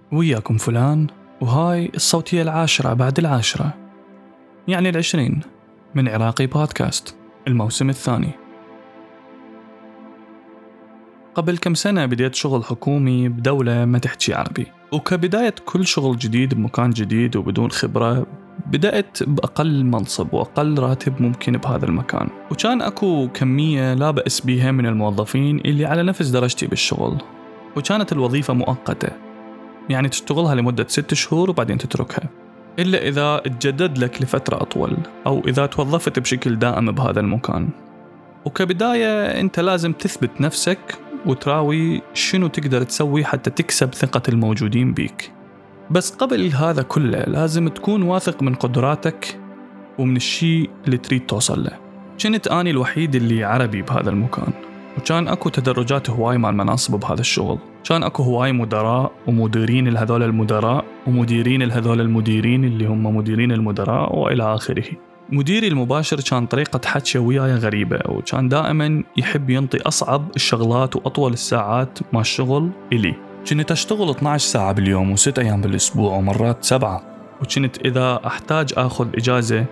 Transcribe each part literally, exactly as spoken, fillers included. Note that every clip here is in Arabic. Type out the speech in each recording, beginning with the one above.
وياكم فلان، وهاي الصوتية العاشرة بعد العاشرة، يعني العشرين، من عراقي بودكاست الموسم الثاني. قبل كم سنة بديت شغل حكومي بدولة ما تحكي عربي، وكبداية كل شغل جديد بمكان جديد وبدون خبرة بدأت بأقل منصب وأقل راتب ممكن بهذا المكان، وكان أكو كمية لا بأس بيها من الموظفين اللي على نفس درجتي بالشغل، وكانت الوظيفة مؤقتة، يعني تشتغلها لمدة ست شهور وبعدين تتركها، إلا إذا تجدد لك لفترة أطول أو إذا توظفت بشكل دائم بهذا المكان. وكبداية أنت لازم تثبت نفسك وتراوي شنو تقدر تسوي حتى تكسب ثقة الموجودين بيك. بس قبل هذا كله لازم تكون واثق من قدراتك ومن الشيء اللي تريد توصل له. كنت أنا الوحيد اللي عربي بهذا المكان، وكان أكو تدرجات هواي مع المناصب بهذا الشغل. كان أكو هواي مدراء ومديرين الهذول المدراء ومديرين الهذول المديرين اللي هم مديرين المدراء وإلى آخره. مديري المباشر كان طريقة حكي وياي غريبة، وكان دائما يحب ينطي أصعب الشغلات وأطول الساعات مع الشغل إلي. كنت أشتغل اثنتي عشرة ساعة باليوم وست أيام بالأسبوع ومرات سبعة، وكنت إذا أحتاج أخذ إجازة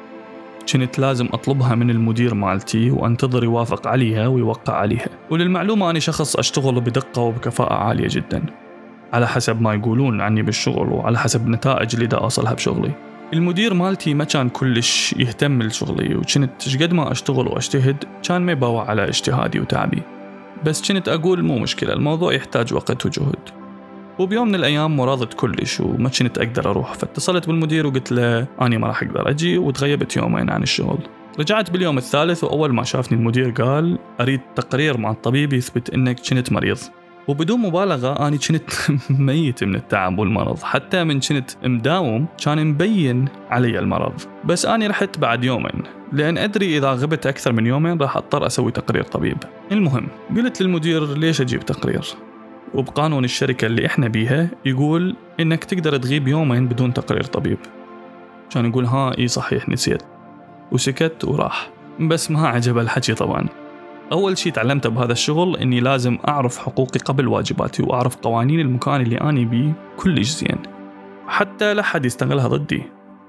كنت لازم أطلبها من المدير مالتي وأنتظر يوافق عليها ويوقع عليها. وللمعلومة أنا شخص أشتغل بدقة وبكفاءة عالية جدا على حسب ما يقولون عني بالشغل وعلى حسب النتائج اللي دا أوصلها بشغلي. المدير مالتي ما كان كلش يهتم لشغلي، وكنت شقد ما أشتغل وأجتهد كان ما يباوع على اجتهادي وتعبي، بس كنت أقول مو مشكلة، الموضوع يحتاج وقت وجهد. وبيوم من الأيام مرضت كلش وما كنت أقدر أروح، فاتصلت بالمدير وقلت له أنا ما راح أقدر أجي، وتغيبت يومين عن الشغل. رجعت باليوم الثالث، وأول ما شافني المدير قال أريد تقرير مع الطبيب يثبت أنك كنت مريض. وبدون مبالغة أنا كنت ميت من التعب والمرض، حتى من كنت مداوم كان مبين علي المرض. بس أنا رحت بعد يومين لأن أدري إذا غبت أكثر من يومين راح أضطر أسوي تقرير طبيب. المهم قلت للمدير ليش أجيب تقرير؟ وبقانون الشركة اللي إحنا بيها يقول إنك تقدر تغيب يومين بدون تقرير طبيب. كان يقول ها إيه صحيح نسيت، وسكت وراح. بس ما عجب الحكي طبعا. أول شيء تعلمته بهذا الشغل إني لازم أعرف حقوقي قبل واجباتي، وأعرف قوانين المكان اللي أنا بيه كلش زين حتى لا حد يستغلها ضدي.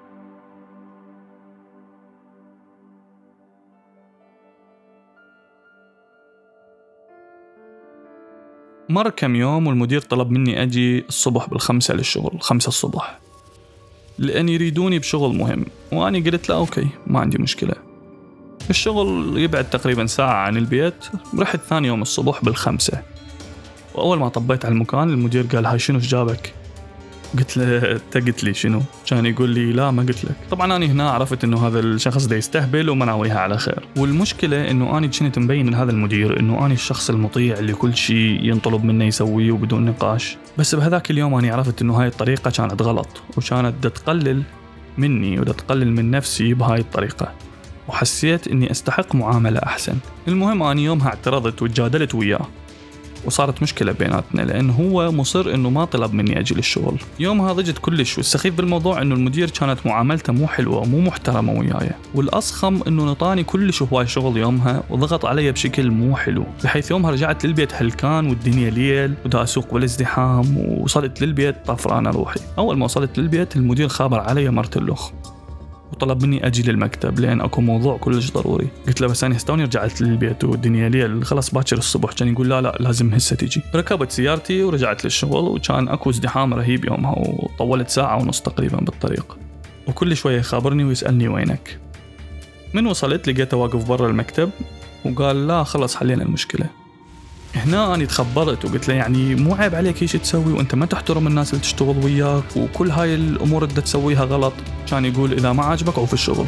مر كم يوم والمدير طلب مني أجي الصبح بالخمسة للشغل، خمسة الصبح، لأن يريدوني بشغل مهم. وأنا قلت لا أوكي ما عندي مشكلة. الشغل يبعد تقريبا ساعة عن البيت. رحت ثاني يوم الصبح بالخمسة، وأول ما طبيت على المكان المدير قال هاي شنو جابك؟ قلت له قلت لي شنو؟ كان يقول لي لا ما قلت لك. طبعا أنا هنا عرفت إنه هذا الشخص ده يستهبل وما ناويها على خير. والمشكلة إنه أنا كنت مبين لهذا المدير إنه أنا الشخص المطيع اللي كل شيء ينطلب منه يسويه وبدون نقاش. بس بهذاك اليوم أنا عرفت إنه هاي الطريقة كانت غلط، وكانت تقلل مني وتقلل من نفسي بهاي الطريقة، وحسيت إني أستحق معاملة أحسن. المهم أنا يومها اعترضت وتجادلت وياه، وصارت مشكلة بيناتنا لأن هو مصر إنه ما طلب مني أجي للشغل. يومها ضجت كلش، والسخيف بالموضوع إنه المدير كانت معاملته مو حلوة ومو محترمة وياي، والأصخم إنه نطاني كلش هواي شغل يومها وضغط علي بشكل مو حلو، بحيث يومها رجعت للبيت هلكان والدنيا ليل ودا أسوق بالازدحام، ووصلت للبيت طفرانة روحي. أول ما وصلت للبيت المدير خابر علي مرت اللخ وطلب مني أجي للمكتب لأن أكو موضوع كلش ضروري. قلت له بس أنا هستوني رجعت للبيت والدنيا ليل خلاص باكر الصبح. كان يقول لا لا لازم هسه تيجي. ركبت سيارتي ورجعت للشغل، وكان أكو ازدحام رهيب يومها، وطولت ساعة ونص تقريبا بالطريق، وكل شوية يخابرني ويسألني وينك. من وصلت لقيته واقف برا المكتب وقال لا خلاص حلينا المشكلة. هنا أنا تخبرت وقلت له يعني مو عيب عليك ايش تسوي وانت ما تحترم الناس اللي تشتغل وياك وكل هاي الأمور اللي تسويها غلط. كان يقول إذا ما عاجبك أو في الشغل.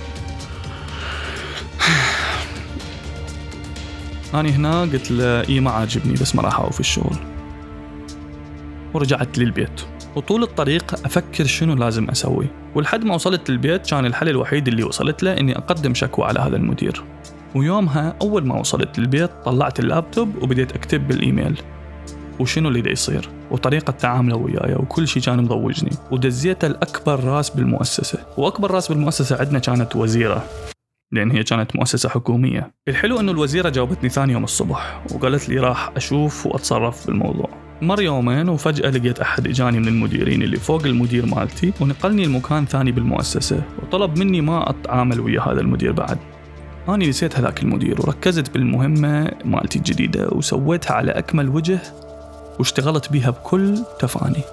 أنا هنا قلت له إيه ما عاجبني بس ما راح أوفي الشغل. ورجعت للبيت، وطول الطريق أفكر شنو لازم أسوي، ولحد ما وصلت للبيت كان الحل الوحيد اللي وصلت له إني أقدم شكوى على هذا المدير. ويومها أول ما وصلت للبيت طلعت اللابتوب وبديت أكتب بالإيميل وشنو اللي دا يصير وطريقة تعامله وياي وكل شيء كان مضوجني، ودزيته الأكبر راس بالمؤسسة. وأكبر راس بالمؤسسة عندنا كانت وزيرة، لأن هي كانت مؤسسة حكومية. الحلو أنه الوزيرة جاوبتني ثاني يوم الصبح وقالت لي راح أشوف وأتصرف بالموضوع. مر يومين وفجأة لقيت أحد إجاني من المديرين اللي فوق المدير مالتي ونقلني المكان ثاني بالمؤسسة، وطلب مني ما أتعامل ويا هذا المدير بعد. أنا نسيت هذاك المدير وركزت بالمهمة مالتي الجديدة وسويتها على أكمل وجه واشتغلت بيها بكل تفاني.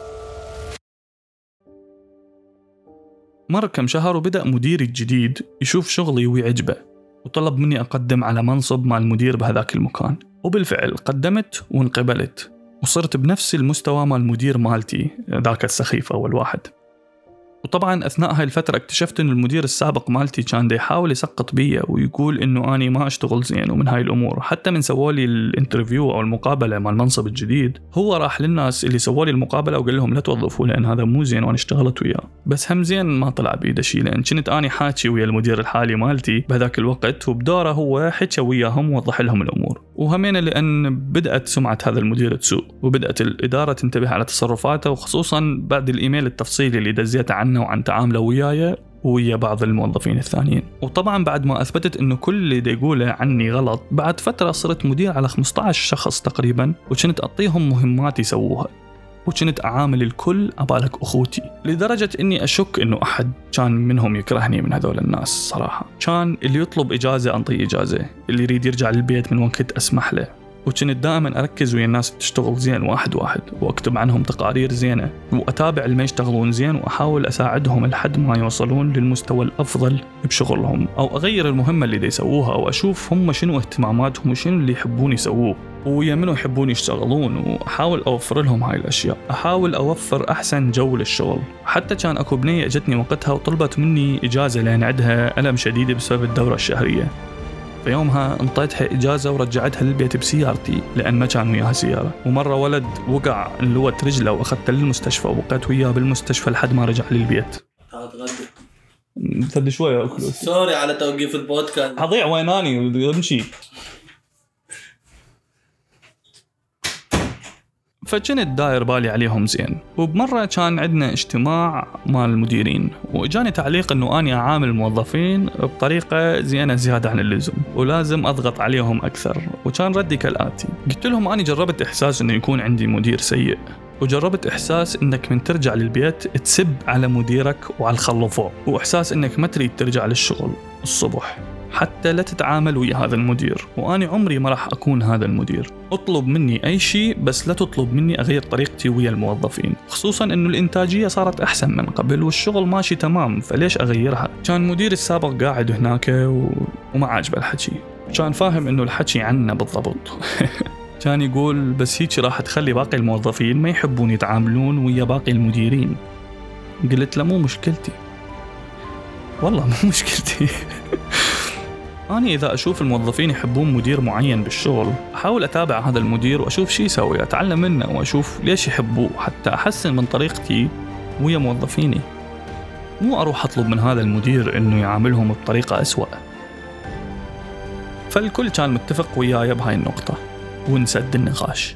مر كم شهر وبدأ مديري الجديد يشوف شغلي ويعجبه، وطلب مني أقدم على منصب مع المدير بهذاك المكان، وبالفعل قدمت وانقبلت وصرت بنفس المستوى مع المدير مالتي ذاك السخيف أول واحد. وطبعا أثناء هاي الفترة اكتشفت إنه المدير السابق مالتي كان دا يحاول يسقط بيا ويقول إنه أني ما أشتغل زين ومن هاي الأمور. حتى من سوالي الانترفيو أو المقابلة مع المنصب الجديد هو راح للناس اللي سوالي المقابلة وقال لهم لا توظفوا لأن هذا مو زين وأنا اشتغلت وياه. بس هم زين ما طلع بيده شيء، لأن كنت أني حاكي ويا المدير الحالي مالتي بهذاك الوقت، وبدوره هو حكى وياهم ووضح لهم الأمور. وهمين لأن بدأت سمعة هذا المدير تسوء وبدأت الإدارة تنتبه على تصرفاته، وخصوصا بعد الإيميل التفصيلي اللي دزيته عنه وعن تعامله وياي ويا بعض الموظفين الثانيين. وطبعا بعد ما أثبتت إنه كل اللي دا يقوله عني غلط، بعد فترة صرت مدير على خمسة عشر شخص تقريبا، وكنت أعطيهم مهمات يسووها، وكنت أعامل الكل أبالك أخوتي، لدرجة إني أشك إنه أحد كان منهم يكرهني من هذول الناس صراحة. كان اللي يطلب إجازة أنطيه إجازة، اللي يريد يرجع للبيت من وقت أسمح له، وكنت دائما أركز ويا الناس تشتغل زين واحد واحد، وأكتب عنهم تقارير زينة، وأتابع اللي ما يشتغلون زين وأحاول أساعدهم لحد ما يوصلون للمستوى الأفضل بشغلهم، أو أغير المهمة اللي دي يسووها، أو أشوف هم شنو اهتماماتهم وشنو اللي يحبون يسووه ويا منو يحبون يشتغلون، وأحاول أوفر لهم هاي الأشياء. أحاول أوفر أحسن جو للشغل. حتى كان أكو بنية أجتني وقتها وطلبت مني إجازة لأن عندها ألم شديد بسبب الدورة الشهرية، فيومها انطيتها إجازة ورجعتها للبيت بسيارتي لأن ما كان وياها سيارة. ومرة ولد وقع انلوت رجله وأخذته للمستشفى وبقيت وياه بالمستشفى لحد ما رجع للبيت. تغدي شوية أكله. سوري على توقيف البودكاست. هضيع ويناني ونمشي. فكنت داير بالي عليهم زين. وبمرة كان عندنا اجتماع مع المديرين، وإجاني تعليق أنه أني أعامل الموظفين بطريقة زينة زيادة عن اللزوم ولازم أضغط عليهم أكثر. وكان ردي كالآتي: قلت لهم أني جربت إحساس أنه يكون عندي مدير سيء، وجربت إحساس أنك من ترجع للبيت تسب على مديرك وعلى الخلفوع، وإحساس أنك ما تريد ترجع للشغل الصبح حتى لا تتعامل ويا هذا المدير، وأنا عمري ما راح أكون هذا المدير. اطلب مني أي شيء بس لا تطلب مني أغير طريقتي ويا الموظفين، خصوصا أنه الإنتاجية صارت أحسن من قبل والشغل ماشي تمام، فليش أغيرها؟ كان مدير السابق قاعد هناك و... وما عاجبه الحكي، كان فاهم أنه الحكي عنا بالضبط. كان يقول بس هيك راح تخلي باقي الموظفين ما يحبون يتعاملون ويا باقي المديرين. قلت له مو مشكلتي، والله مو مشكلتي. أنا إذا أشوف الموظفين يحبون مدير معين بالشغل أحاول أتابع هذا المدير وأشوف شي يسوي، أتعلم منه وأشوف ليش يحبوه حتى أحسن من طريقتي ويا موظفيني، مو أروح أطلب من هذا المدير إنه يعاملهم بطريقة أسوأ. فالكل كان متفق وياي بهاي النقطة ونسد النقاش.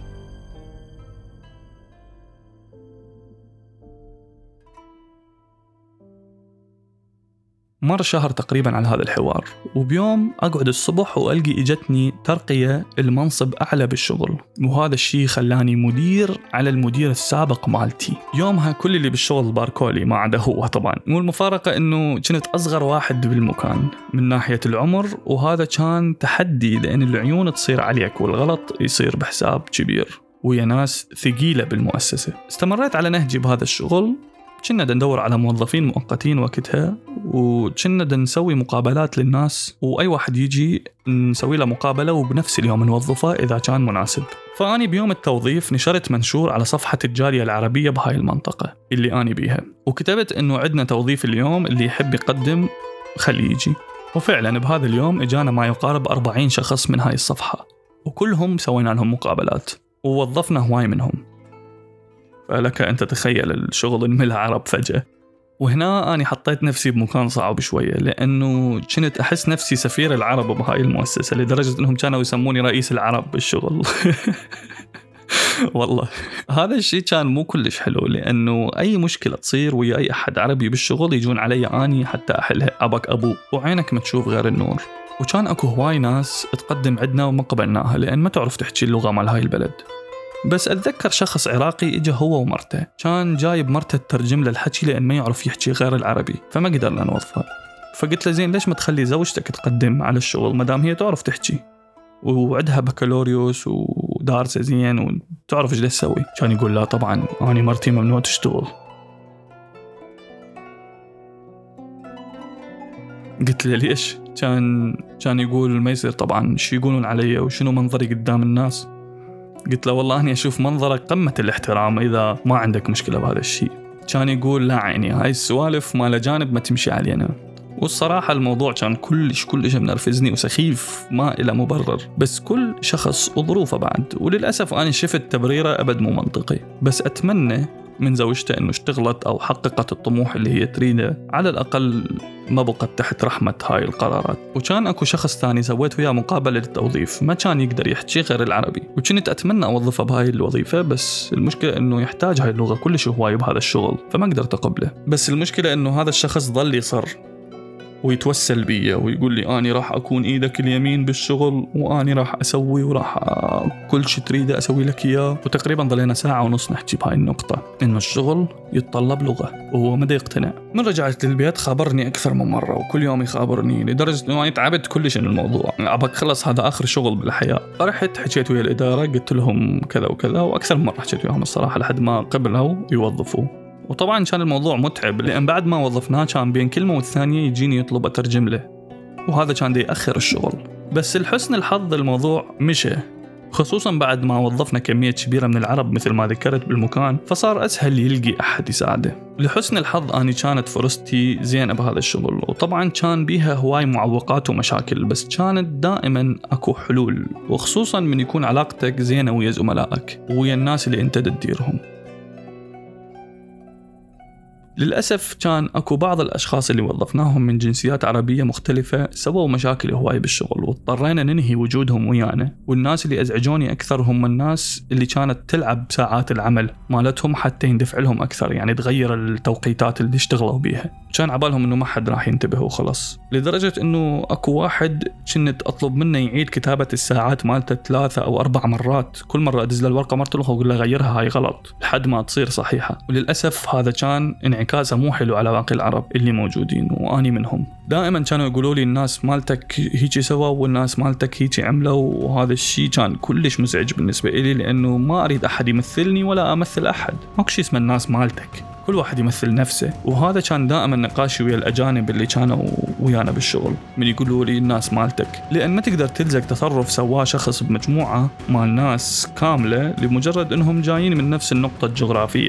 مر شهر تقريبا على هذا الحوار، وبيوم أقعد الصبح وألقي إجتني ترقية المنصب أعلى بالشغل، وهذا الشيء خلاني مدير على المدير السابق مالتي. يومها كل اللي بالشغل باركولي ما عدا هو طبعا، والمفارقة إنه كنت أصغر واحد بالمكان من ناحية العمر، وهذا كان تحدي لأن العيون تصير عليك والغلط يصير بحساب كبير ويا ناس ثقيلة بالمؤسسة. استمريت على نهجي بهذا الشغل، كنا ندور على موظفين مؤقتين وقتها، وكنا نسوي مقابلات للناس، وأي واحد يجي نسوي له مقابلة وبنفس اليوم نوظفه إذا كان مناسب. فأني بيوم التوظيف نشرت منشور على صفحة الجالية العربية بهاي المنطقة اللي أني بيها، وكتبت إنه عندنا توظيف اليوم، اللي يحب يقدم خليه يجي. وفعلا بهذا اليوم إجانا ما يقارب أربعين شخص من هاي الصفحة، وكلهم سوينا لهم مقابلات ووظفنا هواي منهم. فلك أن تتخيل الشغل الملها عرب فجأة. وهنا أنا حطيت نفسي بمكان صعب شوية، لأنه كنت أحس نفسي سفير العرب بهاي المؤسسة، لدرجة أنهم كانوا يسموني رئيس العرب بالشغل. والله هذا الشيء كان مو كلش حلو، لأنه أي مشكلة تصير ويا أي أحد عربي بالشغل يجون علي أني حتى أحلها، أبك أبو وعينك ما تشوف غير النور. وكان أكو هواي ناس تقدم عندنا وما قبلناها لأن ما تعرف تحكي اللغة مال هاي البلد، بس أتذكر شخص عراقي إجا هو ومرته، كان جايب مرته تترجم له الحكي لأن ما يعرف يحكي غير العربي، فما قدرنا نوظفه. فقلت له زين ليش ما تخلي زوجتك تقدم على الشغل مدام هي تعرف تحكي وعندها بكالوريوس ودارسة زين وتعرف ايش تسوي؟ كان يقول لا طبعا أنا مرتي ممنوع تشتغل. قلت له ليش؟ كان كان يقول ما يصير طبعا، شو يقولون علي وشنو منظري قدام الناس. قلت له والله أنا أشوف منظرك قمة الاحترام إذا ما عندك مشكلة بهذا الشيء. كان يقول لا عيني هاي السوالف ما لجانب ما تمشي علينا. والصراحة الموضوع كان كلش كلش منرفزني وسخيف ما إلى مبرر، بس كل شخص وظروفه بعد، وللأسف أنا شفت تبريره أبد مو منطقي. بس أتمنى من زوجته إنه اشتغلت أو حققت الطموح اللي هي تريده، على الأقل ما بقت تحت رحمة هاي القرارات. وكان أكو شخص ثاني سويت وياه مقابلة للتوظيف، ما كان يقدر يحكي غير العربي، وكنت أتمنى أوظفه بهاي الوظيفة، بس المشكلة إنه يحتاج هاي اللغة كلش هواي بهذا الشغل، فما قدرت أقبله. بس المشكلة إنه هذا الشخص ظل يصر ويتوسل بي ويقول لي أنا راح أكون إيدك اليمين بالشغل وأنا راح أسوي وراح كل شيء تريده أسوي لك إياه. وتقريبا ضلينا ساعة ونص نحكي بهاي النقطة إنه الشغل يتطلب لغة، وهو مدى يقتنع. من رجعت للبيت خابرني أكثر من مرة وكل يوم يخابرني لدرجة إنه أنا تعبت كلش من الموضوع، أبغى خلص هذا آخر شغل بالحياة. فرحت حكيت ويا الإدارة قلت لهم كذا وكذا، وأكثر من مرة حكيت وياهم الصراحة لحد ما قبلوا يوظفوا. وطبعا كان الموضوع متعب لأن بعد ما وظفناه كان بين كلمة والثانية يجيني يطلب أترجم له، وهذا كان دي يأخر الشغل. بس لحسن الحظ الموضوع مشى، خصوصا بعد ما وظفنا كمية كبيرة من العرب مثل ما ذكرت بالمكان، فصار أسهل يلقي أحد يساعده. لحسن الحظ أني كانت فرصتي زينة بهذا الشغل، وطبعا كان بيها هواي معوقات ومشاكل، بس كانت دائما أكو حلول، وخصوصا من يكون علاقتك زينة ويا زملائك ويا الناس اللي أنت تديرهم. للأسف كان أكو بعض الأشخاص اللي وظفناهم من جنسيات عربية مختلفة سووا مشاكل هواي بالشغل، واضطرينا ننهي وجودهم ويانا. والناس اللي أزعجوني أكثر هم الناس اللي كانت تلعب ساعات العمل مالتهم حتى يندفع لهم أكثر، يعني تغير التوقيتات اللي اشتغلوا بيها، كان عبالهم إنه ما حد راح ينتبه وخلص. لدرجة إنه أكو واحد كنت أطلب منه يعيد كتابة الساعات مالته ثلاثة أو أربع مرات، كل مرة أدز له الورقة مرتلخة وأقول له غيرها هاي غلط لحد ما تصير صحيحة. وللأسف هذا كان انعكاسه مو حلو على باقي العرب اللي موجودين، وأني منهم. دائما كانوا يقولوا لي الناس مالتك هيجي سوا والناس مالتك هيجي عملوا، وهذا الشيء كان كلش مزعج بالنسبة إلي، لأنه ما أريد أحد يمثلني ولا أمثل أحد. ماكو شيء اسمه الناس مالتك، كل واحد يمثل نفسه. وهذا كان دائما نقاشي ويا الأجانب اللي كانوا ويانا بالشغل من يقولوا لي الناس مالتك، لأن ما تقدر تلزق تصرف سواه شخص بمجموعة مال ناس كاملة لمجرد أنهم جايين من نفس النقطة الجغرافية.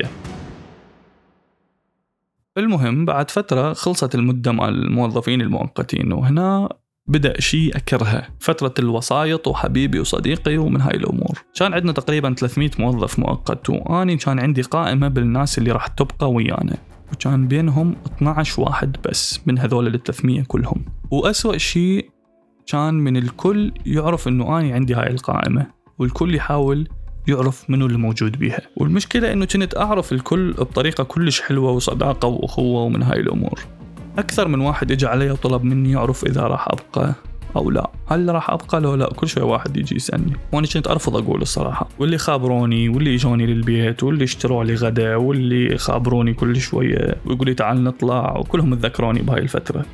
المهم بعد فترة خلصت المدة مع الموظفين المؤقتين، وهنا بدأ شيء أكرهه، فترة الوسايط وحبيبي وصديقي ومن هاي الأمور. كان عندنا تقريبا ثلاثمية موظف مؤقت، وأني كان عندي قائمة بالناس اللي راح تبقى ويانا، وكان بينهم اثنا عشر واحد بس من هذول الثلاثمية كلهم. وأسوأ شيء كان من الكل يعرف إنه أنا عندي هاي القائمة، والكل يحاول يعرف منو اللي موجود بيها. والمشكلة إنه كنت أعرف الكل بطريقة كلش حلوة وصداقة وأخوة ومن هاي الأمور. أكثر من واحد إجا علي وطلب مني يعرف إذا راح أبقى أو لا، هل راح أبقى لو لا. كل شوي واحد يجي يسألني، وأنا كنت أرفض أقول الصراحة. واللي خابروني واللي يجوني للبيت واللي اشتروا لي غدا واللي خابروني كل شوية ويقولي تعال نطلع، وكلهم تذكروني بهاي الفترة.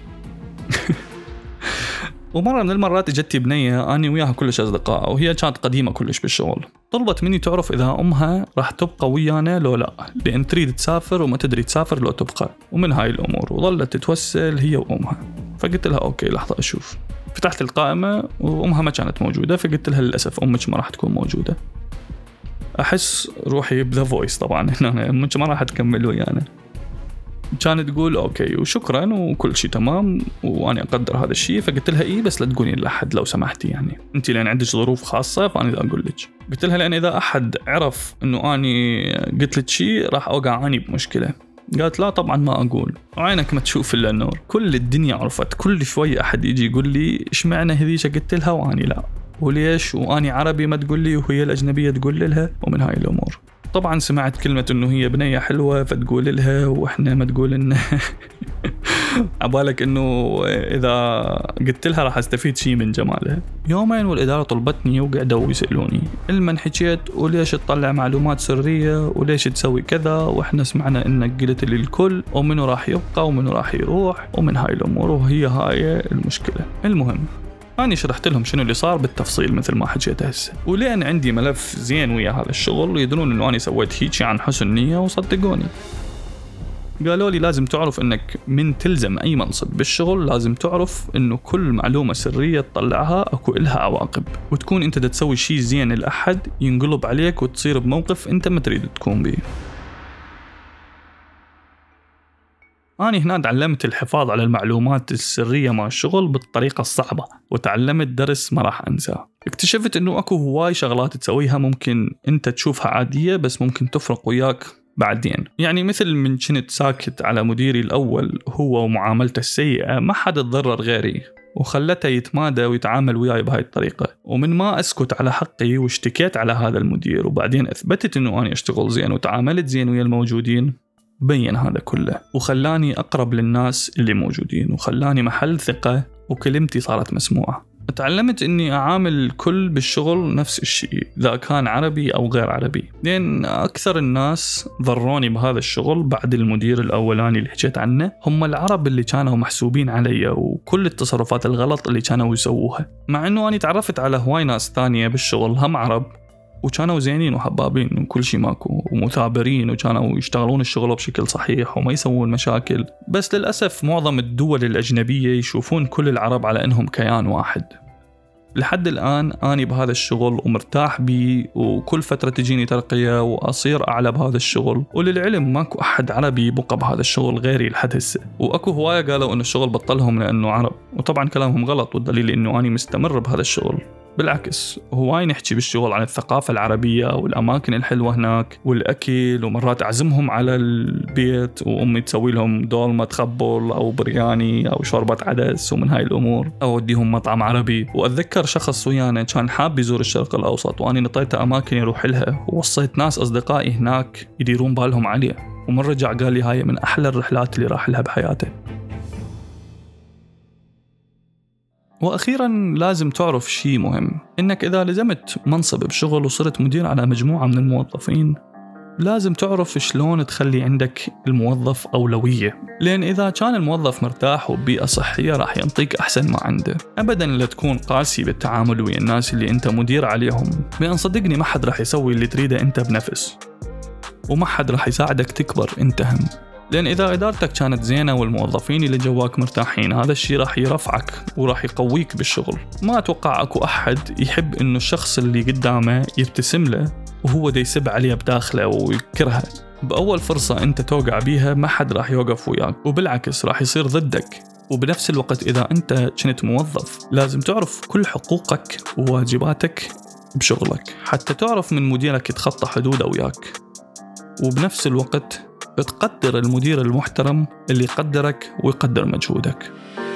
ومرة من المرات اجتي بنية أني وياها كلش أصدقاء، وهي كانت قديمة كلش بالشغل، طلبت مني تعرف إذا أمها راح تبقى ويانا لو لا، لأن تريد تسافر وما تدري تسافر لو تبقى ومن هاي الأمور، وظلت تتوسل هي وأمها. فقلت لها أوكي لحظة أشوف. فتحت القائمة وأمها ما كانت موجودة، فقلت لها للأسف أمك ما راح تكون موجودة. أحس روحي بذا فويس طبعا أمك ما راح تكمل ويانا. كانت تقول أوكي وشكرا وكل شيء تمام وأنا أقدر هذا الشيء. فقلت لها إيه بس لا تقولين لأحد لو سمحتي، يعني أنت لأن عندك ظروف خاصة فأنا إذا أقول لك. قلت لها لأن إذا أحد عرف إنه أني قلت لك شيء راح أوقع أني بمشكلة. قالت لا طبعا ما أقول، عينك ما تشوف إلا النور. كل الدنيا عرفت، كل شوي أحد يجي يقول لي إيش معنى هذيش، قلت لها وأني لا، وليش وأني عربي ما تقول لي وهي الأجنبية تقول لها ومن هاي الأمور. طبعا سمعت كلمة إنه هي بنية حلوة فتقول لها وإحنا ما تقول إنه عبالك إنه إذا قلت لها راح أستفيد شيء من جمالها. يومين والإدارة طلبتني وقعدوا يسألوني المن حكيت وليش تطلع معلومات سرية وليش تسوي كذا، وإحنا سمعنا إنك قلت للكل ومنه راح يبقى ومنه راح يروح ومن هاي الأمور، وهي هاي المشكلة. المهم أنا شرحت لهم شنو اللي صار بالتفصيل مثل ما حكيت هسه، ولأن عندي ملف زين ويا هذا الشغل يدرون إنه أنا سويت هيك عن حسن نية وصدقوني. قالوا لي لازم تعرف إنك من تلزم أي منصب بالشغل لازم تعرف إنه كل معلومة سرية تطلعها أكو إلها عواقب، وتكون أنت دا تسوي شيء زين لأحد ينقلب عليك وتصير بموقف أنت ما تريد تكون به. أنا هنا تعلمت الحفاظ على المعلومات السرية مع الشغل بالطريقة الصعبة، وتعلمت درس ما راح أنساه. اكتشفت إنه أكو هواي شغلات تسويها ممكن أنت تشوفها عادية بس ممكن تفرق وياك بعدين. يعني مثل من كنت ساكت على مديري الأول هو ومعاملته السيئة، ما حد تضرر غيري وخلته يتمادى ويتعامل وياي بهاي الطريقة. ومن ما أسكت على حقي واشتكيت على هذا المدير وبعدين أثبتت إنه أنا أشتغل زين وتعاملت زين ويا الموجودين، بين هذا كله وخلاني أقرب للناس اللي موجودين وخلاني محل ثقة وكلمتي صارت مسموعة. تعلمت إني أعامل الكل بالشغل نفس الشيء إذا كان عربي أو غير عربي، لأن أكثر الناس ضروني بهذا الشغل بعد المدير الأولاني اللي حكيت عنه هم العرب اللي كانوا محسوبين علي وكل التصرفات الغلط اللي كانوا يسووها، مع إنه أنا تعرفت على هواي ناس ثانية بالشغل هم عرب وكانوا زينين وحبابين وكل شيء ماكو ومثابرين وكانوا يشتغلون الشغل بشكل صحيح وما يسوون مشاكل. بس للأسف معظم الدول الأجنبية يشوفون كل العرب على أنهم كيان واحد. لحد الآن أنا بهذا الشغل ومرتاح بي، وكل فترة تجيني ترقية وأصير أعلى بهذا الشغل، وللعلم ماكو أحد عربي يبقى بهذا الشغل غيري لحد هسه. وأكو هواية قالوا أن الشغل بطلهم لأنه عرب، وطبعا كلامهم غلط، والدليل أنه أنا مستمر بهذا الشغل. بالعكس هواي نحكي بالشغل عن الثقافة العربية والأماكن الحلوة هناك والأكل، ومرات أعزمهم على البيت وأمي تسوي لهم دولمة تخبل أو برياني أو شوربة عدس ومن هاي الأمور، أو أوديهم مطعم عربي. وأتذكر شخص ويانا كان حاب يزور الشرق الأوسط وأنا نطيته أماكن يروح لها ووصيت ناس أصدقائي هناك يديرون بالهم عليه، ومن رجع قال لي هاي من أحلى الرحلات اللي راح لها بحياته. وأخيراً لازم تعرف شيء مهم، إنك إذا لزمت منصب بشغل وصرت مدير على مجموعة من الموظفين لازم تعرف شلون تخلي عندك الموظف أولوية، لأن إذا كان الموظف مرتاح وبيئة صحية راح ينطيك أحسن ما عنده. أبداً لا تكون قاسي بالتعامل ويا الناس اللي أنت مدير عليهم، لأن صدقني ما حد راح يسوي اللي تريده أنت بنفس، وما حد راح يساعدك تكبر أنت هم. لأن إذا إدارتك كانت زينة والموظفين اللي جواك مرتاحين هذا الشيء راح يرفعك وراح يقويك بالشغل. ما أتوقع أكو أحد يحب إنه الشخص اللي قدامه يبتسم له وهو دا يسب عليه بداخله ويكرهه. بأول فرصة أنت توقع بيها ما حد راح يوقف وياك، وبالعكس راح يصير ضدك. وبنفس الوقت إذا أنت كنت موظف لازم تعرف كل حقوقك وواجباتك بشغلك حتى تعرف من مديرك يتخطى حدوده وياك، وبنفس الوقت تقدر المدير المحترم اللي يقدرك ويقدر مجهودك.